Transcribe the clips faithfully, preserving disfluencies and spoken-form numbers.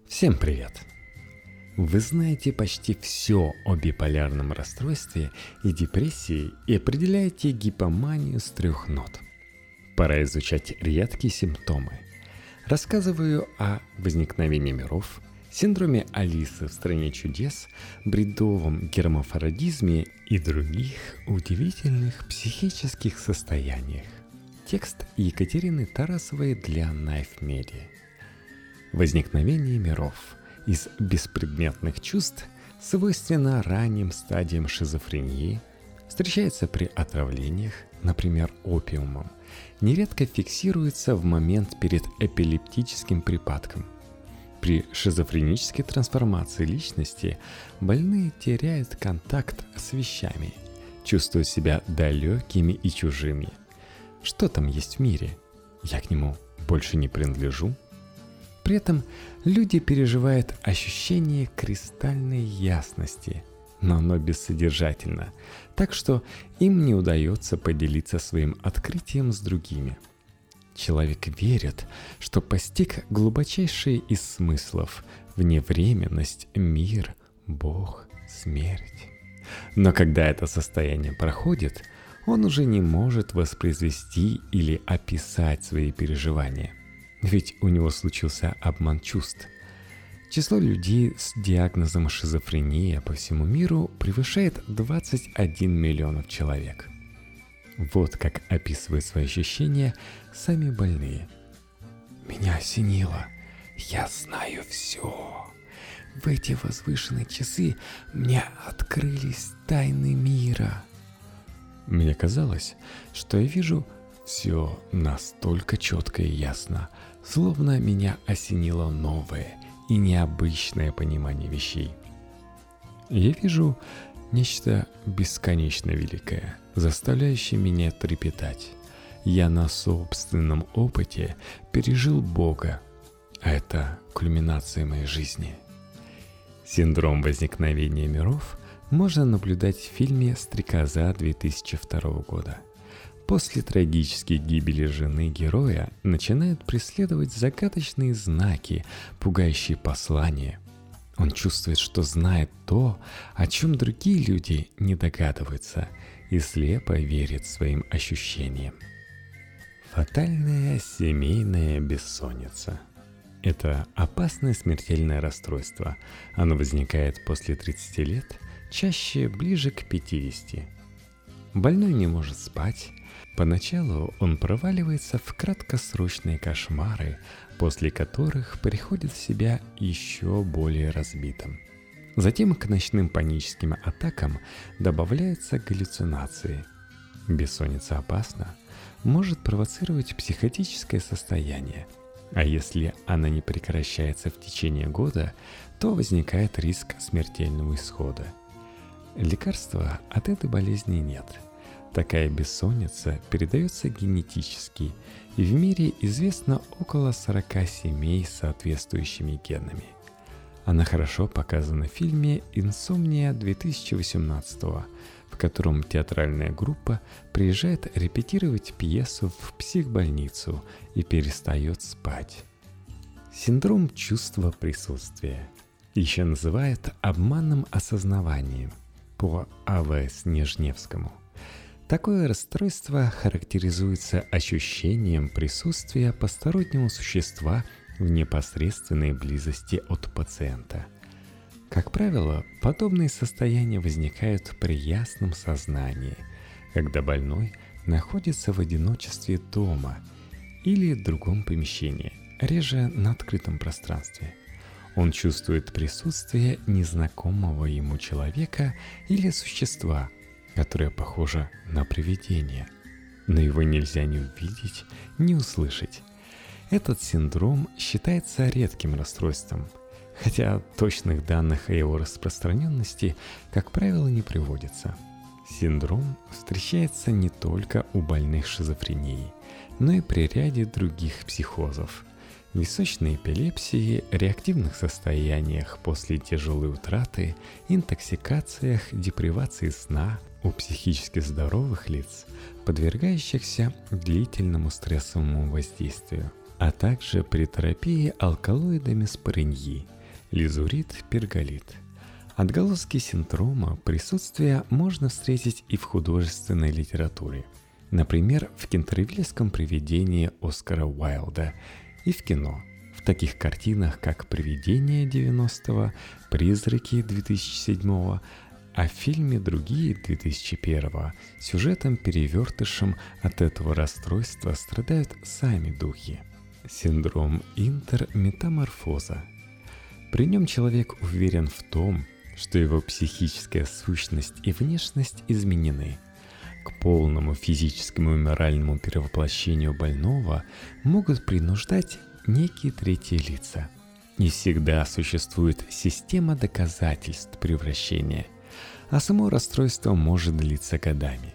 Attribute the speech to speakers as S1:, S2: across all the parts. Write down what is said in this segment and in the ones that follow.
S1: Всем привет! Вы знаете почти все о биполярном расстройстве и депрессии и определяете гипоманию с трех нот. Пора изучать редкие симптомы. Рассказываю о возникновении миров, синдроме Алисы в стране чудес, бредовом гермафродизме и других удивительных психических состояниях. Текст Екатерины Тарасовой для Knife Media. Возникновение миров из беспредметных чувств свойственно ранним стадиям шизофрении, встречается при отравлениях, например, опиумом, нередко фиксируется в момент перед эпилептическим припадком. При шизофренической трансформации личности больные теряют контакт с вещами, чувствуют себя далекими и чужими. Что там есть в мире? Я к нему больше не принадлежу? При этом люди переживают ощущение кристальной ясности, но оно бессодержательно, так что им не удается поделиться своим открытием с другими. Человек верит, что постиг глубочайшие из смыслов – вневременность, мир, Бог, смерть. Но когда это состояние проходит, он уже не может воспроизвести или описать свои переживания. Ведь у него случился обман чувств. Число людей с диагнозом шизофрения по всему миру превышает двадцать один миллионов человек. Вот как описывают свои ощущения сами больные. «Меня осенило. Я знаю все. В эти возвышенные часы мне открылись тайны мира. Мне казалось, что я вижу все настолько четко и ясно, словно меня осенило новое и необычное понимание вещей. Я вижу нечто бесконечно великое, заставляющее меня трепетать. Я на собственном опыте пережил Бога, а это кульминация моей жизни». Синдром возникновения миров можно наблюдать в фильме «Стрекоза» две тысячи второго года. После трагической гибели жены героя начинают преследовать загадочные знаки, пугающие послания. Он чувствует, что знает то, о чем другие люди не догадываются, и слепо верит своим ощущениям. Фатальная семейная бессонница. Это опасное смертельное расстройство. Оно возникает после тридцати лет, чаще ближе к пятидесяти. Больной не может спать. Поначалу он проваливается в краткосрочные кошмары, после которых приходит в себя еще более разбитым. Затем к ночным паническим атакам добавляются галлюцинации. Бессонница опасна, может провоцировать психотическое состояние, а если она не прекращается в течение года, то возникает риск смертельного исхода. Лекарства от этой болезни нет. Такая бессонница передается генетически, и в мире известно около сорока семей с соответствующими генами. Она хорошо показана в фильме «Инсомния» две тысячи восемнадцатого, в котором театральная группа приезжает репетировать пьесу в психбольницу и перестает спать. Синдром чувства присутствия. Еще называют обманным осознаванием по А В Снежневскому. Такое расстройство характеризуется ощущением присутствия постороннего существа в непосредственной близости от пациента. Как правило, подобные состояния возникают при ясном сознании, когда больной находится в одиночестве дома или в другом помещении, реже на открытом пространстве. Он чувствует присутствие незнакомого ему человека или существа, которое похоже на привидение, но его нельзя ни увидеть, ни услышать. Этот синдром считается редким расстройством, хотя точных данных о его распространенности, как правило, не приводится. Синдром встречается не только у больных шизофренией, но и при ряде других психозов, височной эпилепсии, реактивных состояниях после тяжелой утраты, интоксикациях, депривации сна, у психически здоровых лиц, подвергающихся длительному стрессовому воздействию, а также при терапии алкалоидами спориньи, лизурит, перголит. Отголоски синдрома присутствия можно встретить и в художественной литературе. Например, в кентервильском «Привидении» Оскара Уайлда и в кино, в таких картинах, как «Привидение» девяностого, «Призраки» две тысячи седьмого, а в фильме «Другие» две тысячи первого сюжетом-перевертышем от этого расстройства страдают сами духи. Синдром интерметаморфоза. При нем человек уверен в том, что его психическая сущность и внешность изменены. К полному физическому и моральному перевоплощению больного могут принуждать некие третьи лица. Не всегда существует система доказательств превращения, а само расстройство может длиться годами.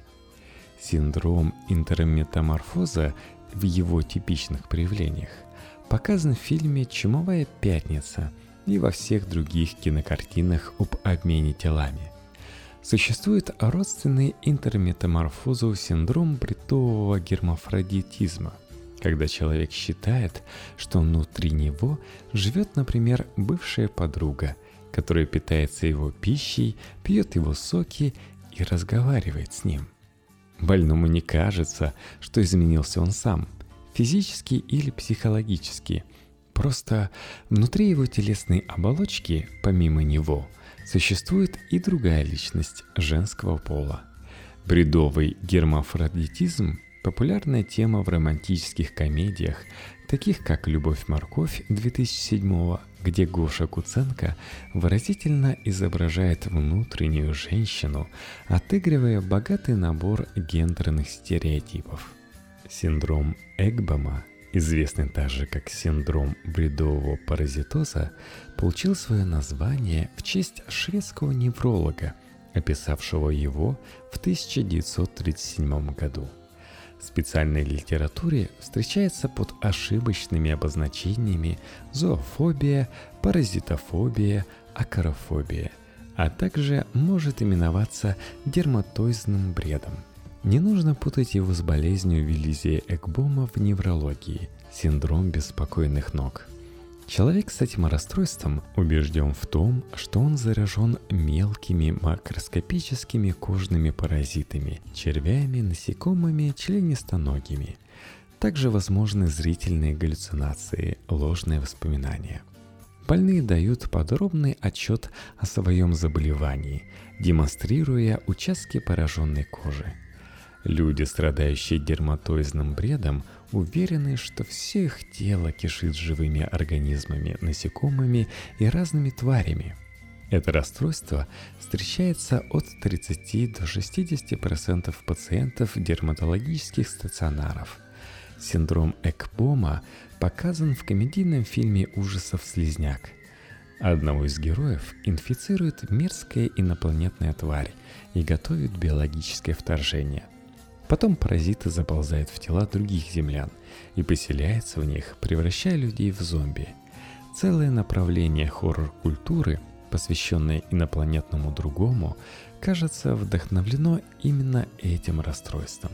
S1: Синдром интерметаморфоза в его типичных проявлениях показан в фильме «Чумовая пятница» и во всех других кинокартинах об обмене телами. Существует родственный интерметаморфозу синдром бредового гермафродитизма, когда человек считает, что внутри него живет, например, бывшая подруга, которая питается его пищей, пьет его соки и разговаривает с ним. Больному не кажется, что изменился он сам, физически или психологически. Просто внутри его телесной оболочки, помимо него, существует и другая личность женского пола. Бредовый гермафродитизм – популярная тема в романтических комедиях, таких как «Любовь-морковь» две тысячи седьмого, где Гоша Куценко выразительно изображает внутреннюю женщину, отыгрывая богатый набор гендерных стереотипов. Синдром Эгбома, известный также как синдром бредового паразитоза, получил свое название в честь шведского невролога, описавшего его в тысяча девятьсот тридцать седьмом году. В специальной литературе встречается под ошибочными обозначениями зоофобия, паразитофобия, акарофобия, а также может именоваться дерматоидным бредом. Не нужно путать его с болезнью Виллизия-Эгбома в неврологии – синдром беспокойных ног. Человек с этим расстройством убежден в том, что он заражен мелкими макроскопическими кожными паразитами, червями, насекомыми, членистоногими. Также возможны зрительные галлюцинации, ложные воспоминания. Больные дают подробный отчет о своем заболевании, демонстрируя участки пораженной кожи. Люди, страдающие дерматоидным бредом, уверены, что все их тело кишит живыми организмами, насекомыми и разными тварями. Это расстройство встречается от тридцати до шестидесяти процентов пациентов дерматологических стационаров. Синдром Эгбома показан в комедийном фильме ужасов «Слизняк». Одного из героев инфицирует мерзкая инопланетная тварь и готовит биологическое вторжение. Потом паразиты заползают в тела других землян и поселяются в них, превращая людей в зомби. Целое направление хоррор-культуры, посвященное инопланетному другому, кажется, вдохновлено именно этим расстройством.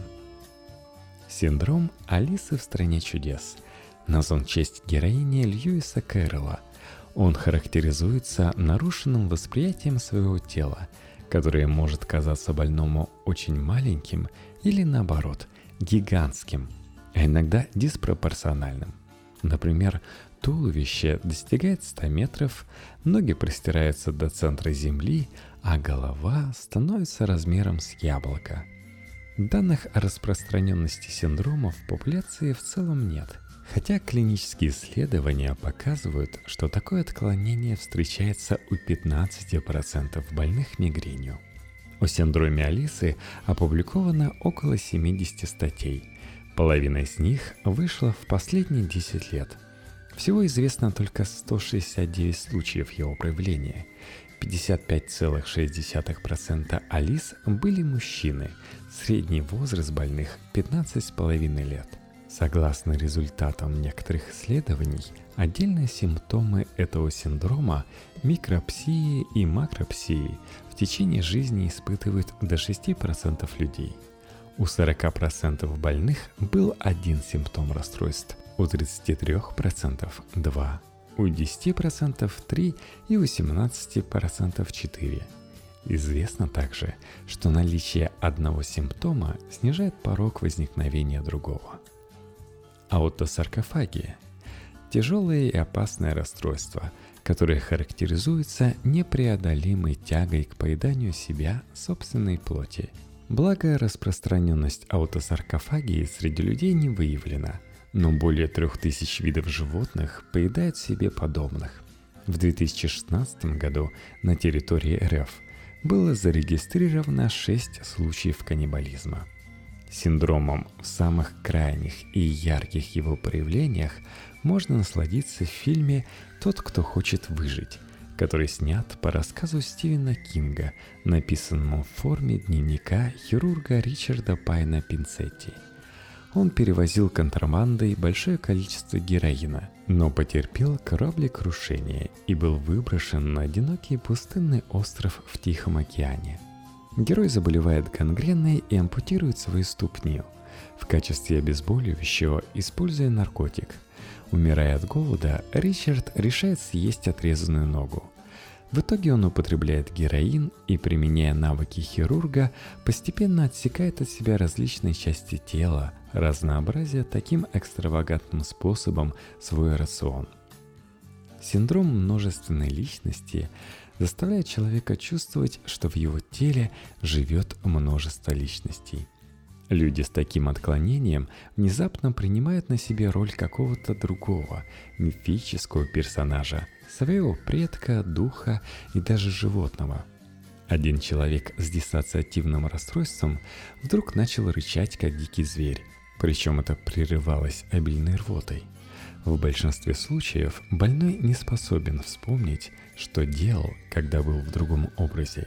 S1: Синдром Алисы в стране чудес назван в честь героини Льюиса Кэрролла. Он характеризуется нарушенным восприятием своего тела, которое может казаться больному очень маленьким или, наоборот, гигантским, а иногда диспропорциональным. Например, туловище достигает ста метров, ноги простираются до центра Земли, а голова становится размером с яблоко. Данных о распространенности синдрома в популяции в целом нет, хотя клинические исследования показывают, что такое отклонение встречается у пятнадцати процентов больных мигренью. О синдроме Алисы опубликовано около семидесяти статей. Половина из них вышла в последние десять лет. Всего известно только сто шестьдесят девять случаев его проявления. пятьдесят пять целых шесть десятых процента Алис были мужчины, средний возраст больных пятнадцать с половиной лет. Согласно результатам некоторых исследований, отдельные симптомы этого синдрома, микропсии и макропсии, в течение жизни испытывают до шести процентов людей. У сорока процентов больных был один симптом расстройств, у тридцати трёх процентов – два, у десяти процентов три и у семнадцати процентов четыре. Известно также, что наличие одного симптома снижает порог возникновения другого. Аутосаркофагия – тяжелое и опасное расстройство, которое характеризуется непреодолимой тягой к поеданию себя собственной плоти. Благо, распространенность аутосаркофагии среди людей не выявлена, но более трех тысяч видов животных поедают себе подобных. В две тысячи шестнадцатом году на территории эр эф было зарегистрировано шесть случаев каннибализма. Синдромом в самых крайних и ярких его проявлениях можно насладиться в фильме «Тот, кто хочет выжить», который снят по рассказу Стивена Кинга, написанному в форме дневника хирурга Ричарда Пайна Пинцетти. Он перевозил контрабандой большое количество героина, но потерпел кораблекрушение и был выброшен на одинокий пустынный остров в Тихом океане. Герой заболевает гангреной и ампутирует свою ступню, в качестве обезболивающего используя наркотик. Умирая от голода, Ричард решает съесть отрезанную ногу. В итоге он употребляет героин и, применяя навыки хирурга, постепенно отсекает от себя различные части тела, разнообразя таким экстравагантным способом свой рацион. Синдром множественной личности заставляет человека чувствовать, что в его теле живет множество личностей. Люди с таким отклонением внезапно принимают на себе роль какого-то другого, мифического персонажа, своего предка, духа и даже животного. Один человек с диссоциативным расстройством вдруг начал рычать, как дикий зверь, причем это прерывалось обильной рвотой. В большинстве случаев больной не способен вспомнить, что делал, когда был в другом образе.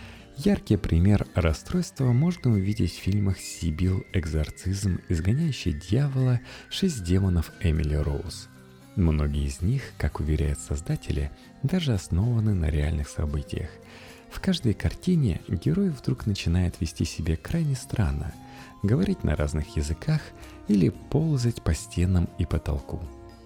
S1: Яркий пример расстройства можно увидеть в фильмах «Сибил», «Экзорцизм», «Изгоняющий дьявола», «Шесть демонов» Эмили Роуз. Многие из них, как уверяют создатели, даже основаны на реальных событиях. В каждой картине герой вдруг начинает вести себя крайне странно, говорить на разных языках или ползать по стенам и потолку.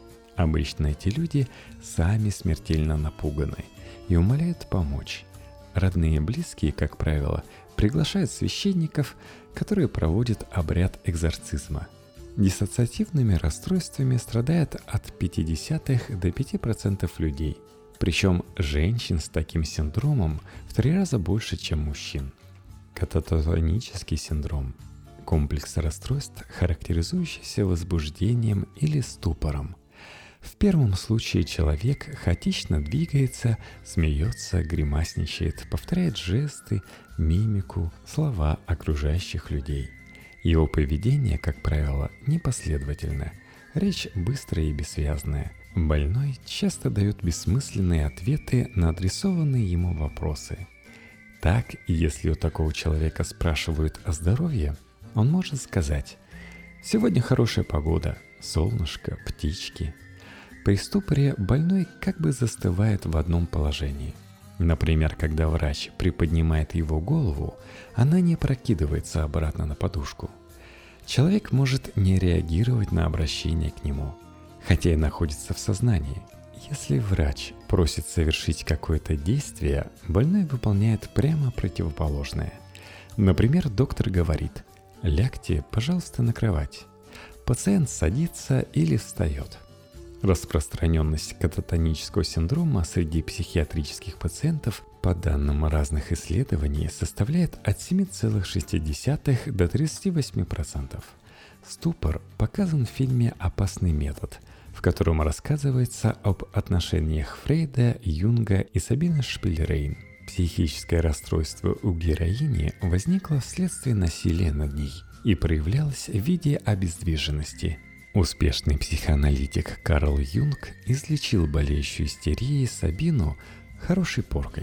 S1: Обычно эти люди сами смертельно напуганы и умоляют помочь. Родные и близкие, как правило, приглашают священников, которые проводят обряд экзорцизма. Диссоциативными расстройствами страдает от пятидесяти до пяти процентов людей, причем женщин с таким синдромом в три раза больше, чем мужчин. Кататонический синдром – комплекс расстройств, характеризующийся возбуждением или ступором. В первом случае человек хаотично двигается, смеется, гримасничает, повторяет жесты, мимику, слова окружающих людей. Его поведение, как правило, непоследовательно, речь быстрая и бессвязная. Больной часто дает бессмысленные ответы на адресованные ему вопросы. Так, если у такого человека спрашивают о здоровье, он может сказать: «Сегодня хорошая погода, солнышко, птички». При ступоре больной как бы застывает в одном положении. Например, когда врач приподнимает его голову, она не опрокидывается обратно на подушку. Человек может не реагировать на обращение к нему, хотя и находится в сознании. Если врач просит совершить какое-то действие, больной выполняет прямо противоположное. Например, доктор говорит: «Лягте, пожалуйста, на кровать». Пациент садится или встает. Распространенность кататонического синдрома среди психиатрических пациентов, по данным разных исследований, составляет от семи целых шести десятых до тридцати восьми процентов. Ступор показан в фильме «Опасный метод», в котором рассказывается об отношениях Фрейда, Юнга и Сабины Шпильрейн. Психическое расстройство у героини возникло вследствие насилия над ней и проявлялось в виде обездвиженности. Успешный психоаналитик Карл Юнг излечил болеющую истерией Сабину хорошей поркой.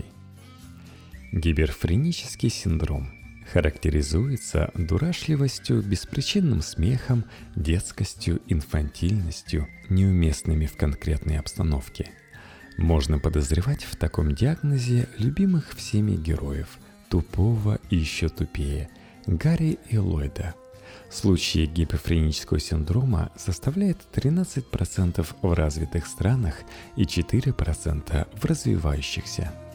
S1: Гиперфренический синдром характеризуется дурашливостью, беспричинным смехом, детскостью, инфантильностью, неуместными в конкретной обстановке. Можно подозревать в таком диагнозе любимых всеми героев – тупого и еще тупее – Гарри и Ллойда. Случаи гипофренического синдрома составляют тринадцать процентов в развитых странах и четыре процента в развивающихся.